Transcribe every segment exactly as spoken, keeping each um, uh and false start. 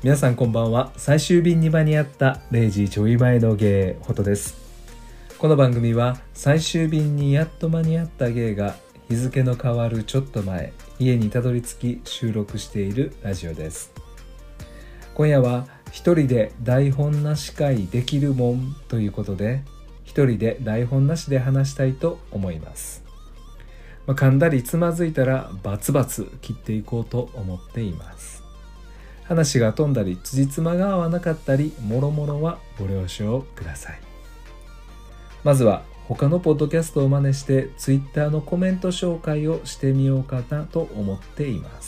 皆さんこんばんは。最終便に間に合ったれいじちょい前のゲイホトです。この番組は最終便にやっと間に合ったゲイが日付の変わるちょっと前、家にたどり着き収録しているラジオです。今夜は一人で台本なし会できるもんということで、一人で台本なしで話したいと思います。まあ、噛んだりつまずいたらバツバツ切っていこうと思っています。話が飛んだり辻褄が合わなかったりもろもろはご了承ください。まずは他のポッドキャストを真似してツイッターのコメント紹介をしてみようかなと思っています。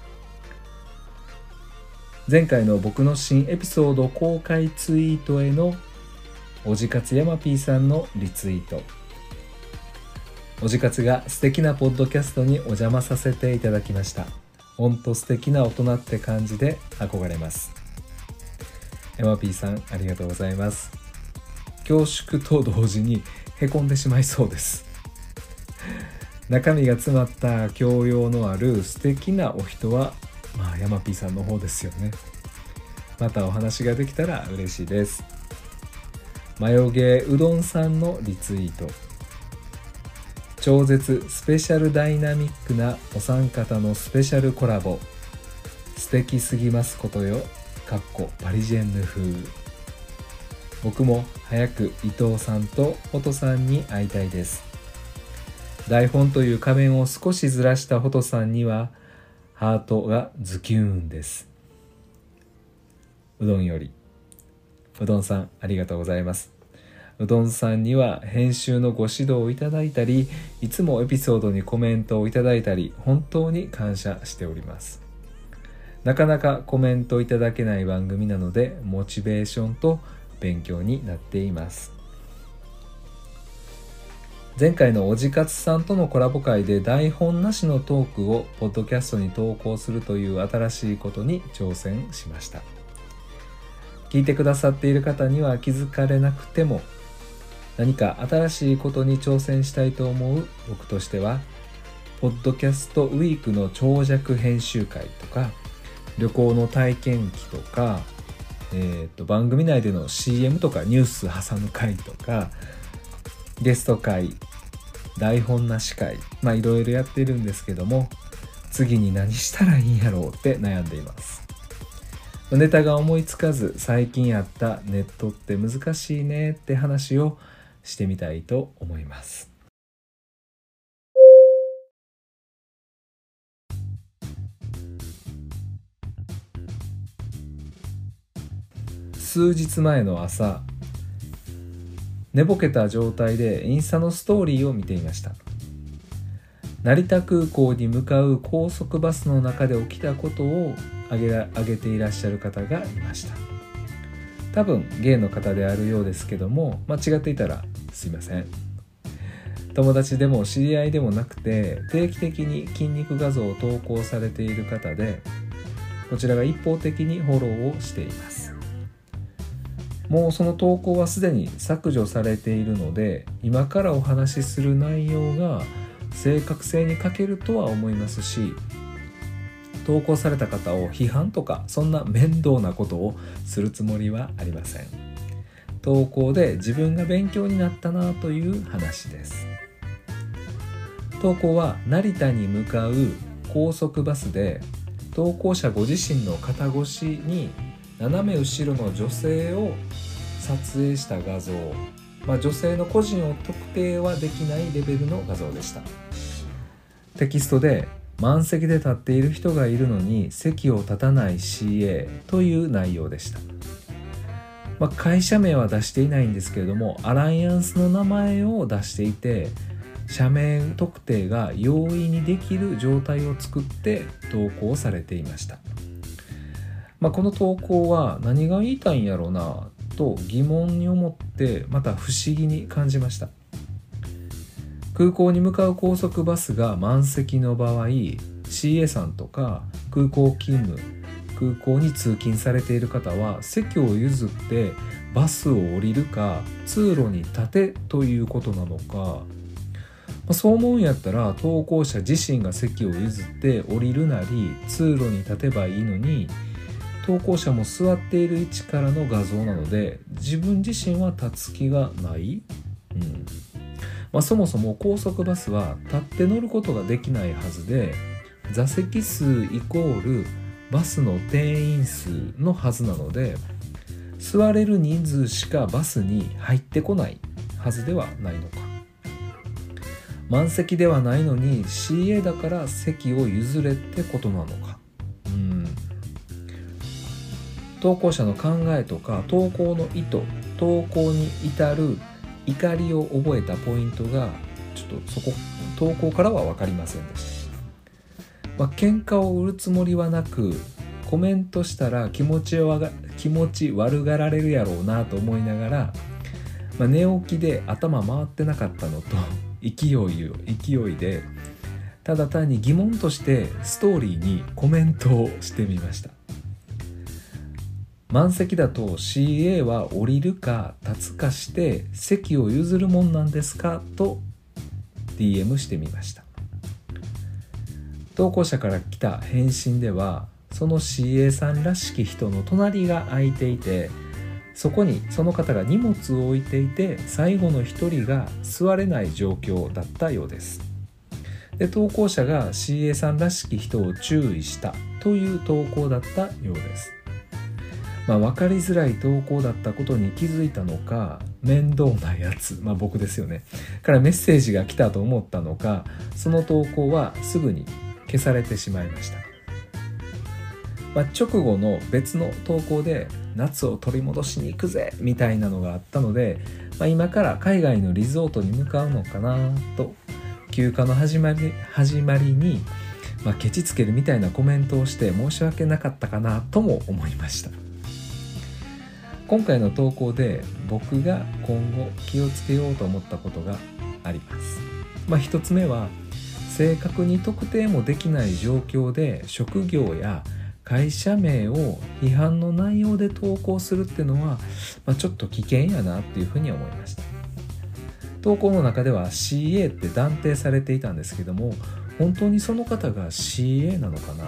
前回の僕の新エピソード公開ツイートへのおじかつやまぴーさんのリツイート、おじかつが素敵なポッドキャストにお邪魔させていただきました。ほんと素敵な大人って感じで憧れます。やまぴーさんありがとうございます。恐縮と同時にへこんでしまいそうです。中身が詰まった教養のある素敵なお人はまあやまぴーさんの方ですよね。またお話ができたら嬉しいです。マヨゲーうどんさんのリツイート、超絶スペシャルダイナミックなお三方のスペシャルコラボ、素敵すぎますことよ、かっこパリジェンヌ風。僕も早く伊藤さんとホトさんに会いたいです。台本という仮面を少しずらしたホトさんにはハートがズキューンです。うどんより。うどんさんありがとうございます。うどんさんには編集のご指導をいただいたり、いつもエピソードにコメントをいただいたり、本当に感謝しております。なかなかコメントいただけない番組なので、モチベーションと勉強になっています。前回のおじかつさんとのコラボ会で台本なしのトークをポッドキャストに投稿するという新しいことに挑戦しました。聞いてくださっている方には気づかれなくても、何か新しいことに挑戦したいと思う僕としては、ポッドキャストウィークの長尺編集会とか、旅行の体験記とか、えー、と番組内での シーエム とかニュース挟む会とか、ゲスト会、台本なし会、まあいろいろやってるんですけども、次に何したらいいんやろうって悩んでいます。ネタが思いつかず、最近やったネットって難しいねって話をしてみたいと思います。数日前の朝、寝ぼけた状態でインスタのストーリーを見ていました。成田空港に向かう高速バスの中で起きたことを挙げら、挙げていらっしゃる方がいました。多分ゲイの方であるようですけども、間違っていたらすいません。友達でも知り合いでもなくて、定期的に筋肉画像を投稿されている方で、こちらが一方的にフォローをしています。もうその投稿はすでに削除されているので、今からお話しする内容が正確性に欠けるとは思いますし、投稿された方を批判とかそんな面倒なことをするつもりはありません。投稿で自分が勉強になったなという話です。投稿は成田に向かう高速バスで、投稿者ご自身の肩越しに斜め後ろの女性を撮影した画像、まあ、女性の個人を特定はできないレベルの画像でした。テキストで満席で立っている人がいるのに席を立たない シーエー という内容でした。まあ、会社名は出していないんですけれども、アライアンスの名前を出していて、社名特定が容易にできる状態を作って投稿されていました。まあ、この投稿は何が言いたいんやろうなと疑問に思って、また不思議に感じました。空港に向かう高速バスが満席の場合、 シーエー さんとか空港勤務、空港に通勤されている方は席を譲ってバスを降りるか通路に立てということなのか、まあ、そう思うんやったら投稿者自身が席を譲って降りるなり通路に立てばいいのに、 投稿者も座っている位置からの画像なので自分自身は立つ気がない、うんまあ、そもそも高速バスは立って乗ることができないはずで座席数イコールバスの定員数のはずなので座れる人数しかバスに入ってこないはずではないのか。満席ではないのに シーエー だから席を譲れってことなのか。うん投稿者の考えとか投稿の意図、投稿に至る怒りを覚えたポイントがちょっとそこ投稿からは分かりませんでした。まあ、喧嘩を売るつもりはなくコメントしたら気持ちわが気持ち悪がられるやろうなと思いながら、まあ、寝起きで頭回ってなかったのと勢いを勢いでただ単に疑問としてストーリーにコメントをしてみました。満席だと シーエー は降りるか立つかして席を譲るもんなんですかと ディーエム してみました。投稿者から来た返信ではその シーエー さんらしき人の隣が空いていてそこにその方が荷物を置いていて最後の一人が座れない状況だったようです。で投稿者が シーエー さんらしき人を注意したという投稿だったようです。まあ、分かりづらい投稿だったことに気づいたのか面倒なやつ、まあ、僕ですよねからメッセージが来たと思ったのかその投稿はすぐに消されてしまいました。まあ、直後の別の投稿で夏を取り戻しに行くぜみたいなのがあったので、まあ、今から海外のリゾートに向かうのかなと休暇の始まり、始まりに、まあ、ケチつけるみたいなコメントをして申し訳なかったかなとも思いました。今回の投稿で僕が今後気をつけようと思ったことがあります。まあ、一つ目は正確に特定もできない状況で職業や会社名を批判の内容で投稿するっていうのは、まあ、ちょっと危険やなっていうふうに思いました。投稿の中では シーエー って断定されていたんですけども本当にその方が シーエー なのかな。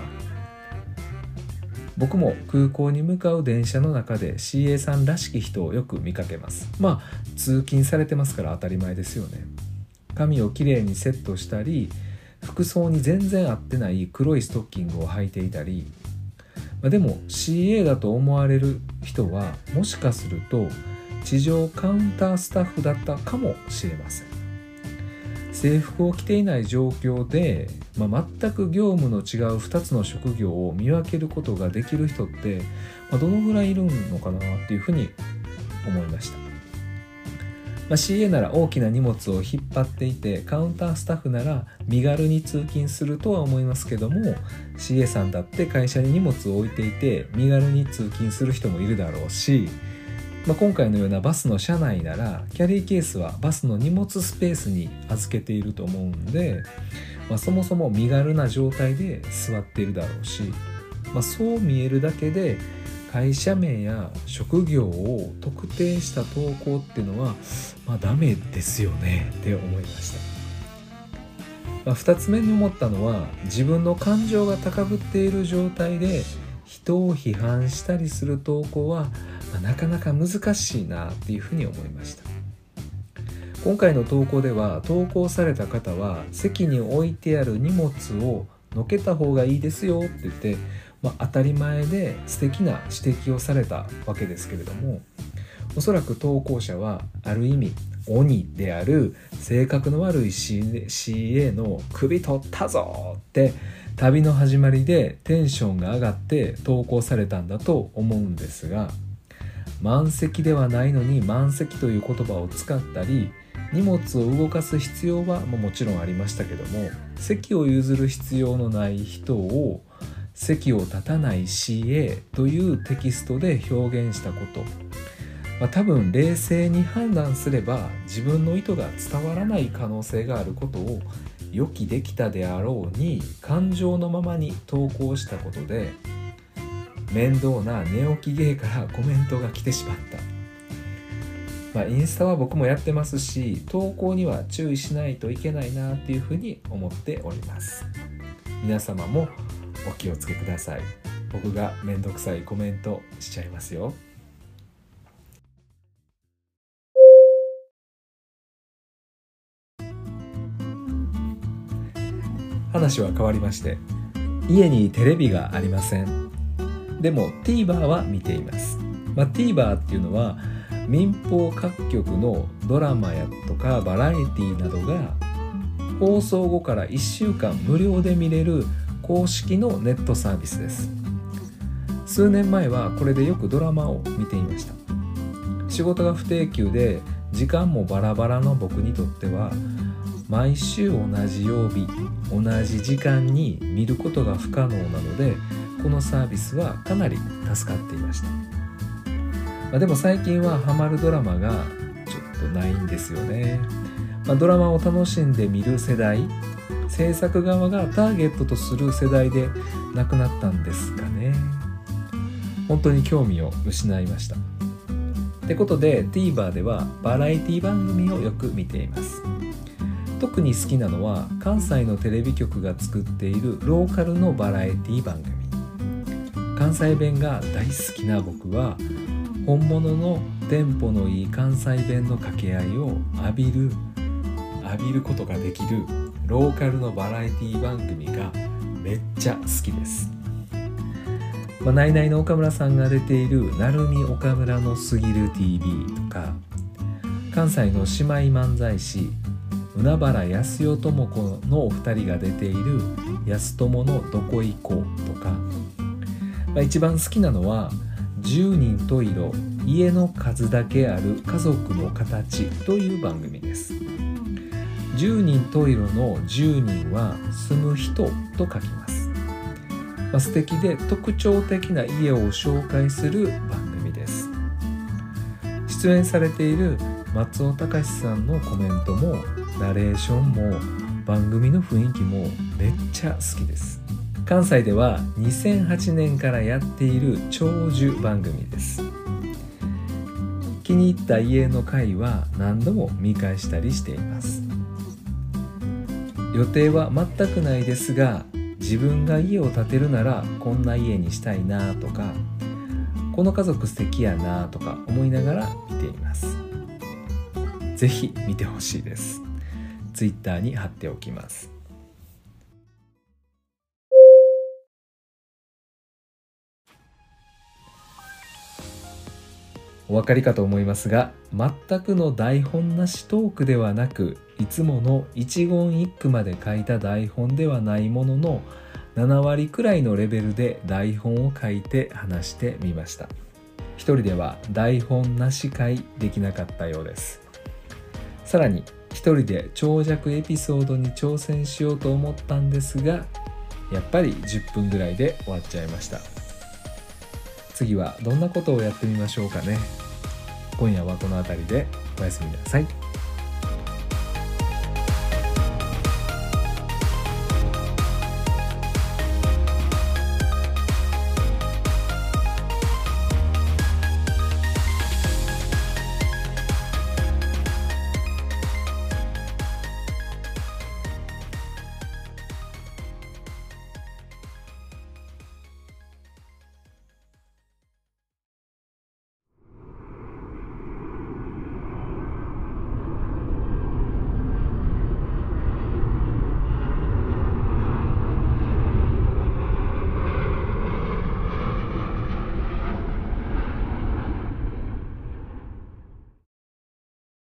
僕も空港に向かう電車の中で シーエー さんらしき人をよく見かけます。まあ通勤されてますから当たり前ですよね。髪をきれいにセットしたり服装に全然合ってない黒いストッキングを履いていたり、まあ、でも シーエー だと思われる人はもしかすると地上カウンタースタッフだったかもしれません。制服を着ていない状況で、まあ、全く業務の違うふたつの職業を見分けることができる人って、まあ、どのぐらいいるのかなっていうふうに思いました。まあ、シーエー なら大きな荷物を引っ張っていてカウンタースタッフなら身軽に通勤するとは思いますけども シーエー さんだって会社に荷物を置いていて身軽に通勤する人もいるだろうし、まあ、今回のようなバスの車内ならキャリーケースはバスの荷物スペースに預けていると思うんで、まあ、そもそも身軽な状態で座っているだろうし、まあ、そう見えるだけで会社名や職業を特定した投稿っていうのは、まあ、ダメですよねって思いました。まあ、ふたつめに思ったのは自分の感情が高ぶっている状態で人を批判したりする投稿はまあ、なかなか難しいなっていうふうに思いました。今回の投稿では投稿された方は席に置いてある荷物をのけた方がいいですよって言って、まあ、当たり前で素敵な指摘をされたわけですけれどもおそらく投稿者はある意味鬼である性格の悪い シーエー の首取ったぞって旅の始まりでテンションが上がって投稿されたんだと思うんですが満席ではないのに満席という言葉を使ったり荷物を動かす必要はもちろんありましたけども席を譲る必要のない人を席を立たない シーエー というテキストで表現したこと、まあ、多分冷静に判断すれば自分の意図が伝わらない可能性があることを予期できたであろうに感情のままに投稿したことで面倒な寝起き芸からコメントが来てしまった。まあ、インスタは僕もやってますし投稿には注意しないといけないなっていうふうに思っております。皆様もお気をつけください。 僕がめんどくさいコメントしちゃいますよ。話は変わりまして、家にテレビがありません。でも TVer は見ています。まあ、TVer っていうのは民放各局のドラマやとかバラエティなどが放送後からいっしゅうかん無料で見れる公式のネットサービスです。数年前はこれでよくドラマを見ていました。仕事が不定休で時間もバラバラの僕にとっては、毎週同じ曜日同じ時間に見ることが不可能なので、このサービスはかなり助かっていました。まあ、でも最近はハマるドラマがちょっとないんですよね。まあ、ドラマを楽しんで見る世代、制作側がターゲットとする世代でなくなったんですかね。本当に興味を失いました。ってことで TVer ではバラエティ番組をよく見ています。特に好きなのは関西のテレビ局が作っているローカルのバラエティ番組。関西弁が大好きな僕は、本物のテンポのいい関西弁の掛け合いを浴びる浴びることができるローカルのバラエティ番組がめっちゃ好きです。まあ、ナイナイの岡村さんが出ている成海岡村のすぎる ティービー とか、関西の姉妹漫才師海原安代智子のお二人が出ている安友のどこ行こうとか、まあ、一番好きなのはじゅうにん十色家の数だけある家族の形という番組です。じゅうにん十色のじゅうにんは住む人と書きます。まあ、素敵で特徴的な家を紹介する番組です。出演されている松尾隆さんのコメントもナレーションも番組の雰囲気もめっちゃ好きです。関西ではにせんはちねんからやっている長寿番組です。気に入った家の回は何度も見返したりしています。予定は全くないですが、自分が家を建てるならこんな家にしたいなとか、この家族素敵やなとか思いながら見ています。ぜひ見てほしいです。ツイッターに貼っておきます。お分かりかと思いますが、全くの台本なしトークではなく、いつもの一言一句まで書いた台本ではないものの、ななわりくらいのレベルで台本を書いて話してみました。一人では台本なし会できなかったようです。さらに一人で長尺エピソードに挑戦しようと思ったんですが、やっぱりじゅっぷんぐらいで終わっちゃいました。次はどんなことをやってみましょうかね。今夜はこの辺りでおやすみなさい。